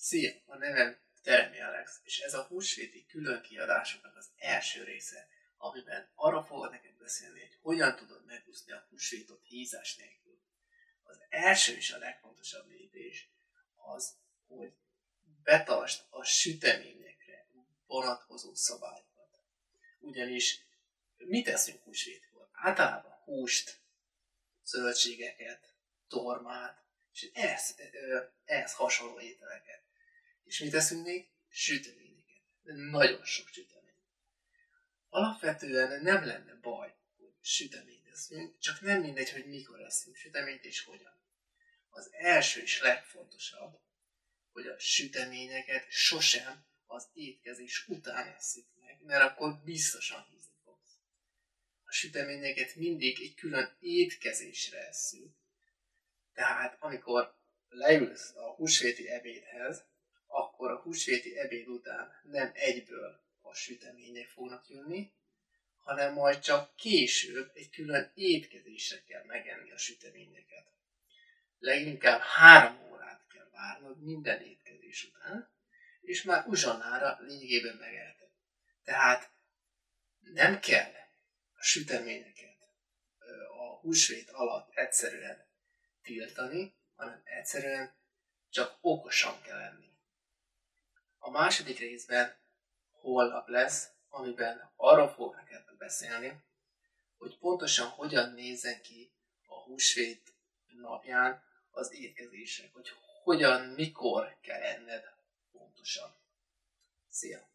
Szia! A nevem Teremi Alex, és ez a húsvéti különkiadásoknak az első része, amiben arra fogok neked beszélni, hogy hogyan tudod megúszni a húsvétot hízás nélkül. Az első és a legfontosabb lépés az, hogy betartsd a süteményekre vonatkozó szabályokat. Ugyanis mit eszünk húsvétkor? Általában húst, zöldségeket, tormát, és ehhez hasonló ételeket. És mit eszünk még? Süteményeket. De nagyon sok sütemény. Alapvetően nem lenne baj, hogy süteményt eszünk, csak nem mindegy, hogy mikor eszünk süteményt és hogyan. Az első és legfontosabb, hogy a süteményeket sosem az étkezés után eszünk meg, mert akkor biztosan hízni fogsz. A süteményeket mindig egy külön étkezésre eszünk. Tehát amikor leülsz a húsvéti ebédhez, akkor a húsvéti ebéd után nem egyből a sütemények fognak jönni, hanem majd csak később egy külön étkezésre kell megenni a süteményeket. Leginkább 3 órát kell várnod minden étkezés után, és már uzsonnára lényegében megeheted. Tehát nem kell a süteményeket a húsvét alatt egyszerűen tiltani, hanem egyszerűen csak okosan kell enni. A második részben holnap lesz, amiben arról fogok neked beszélni, hogy pontosan hogyan nézzen ki a húsvét napján az étkezések, hogy hogyan, mikor kell enned pontosan. Szia!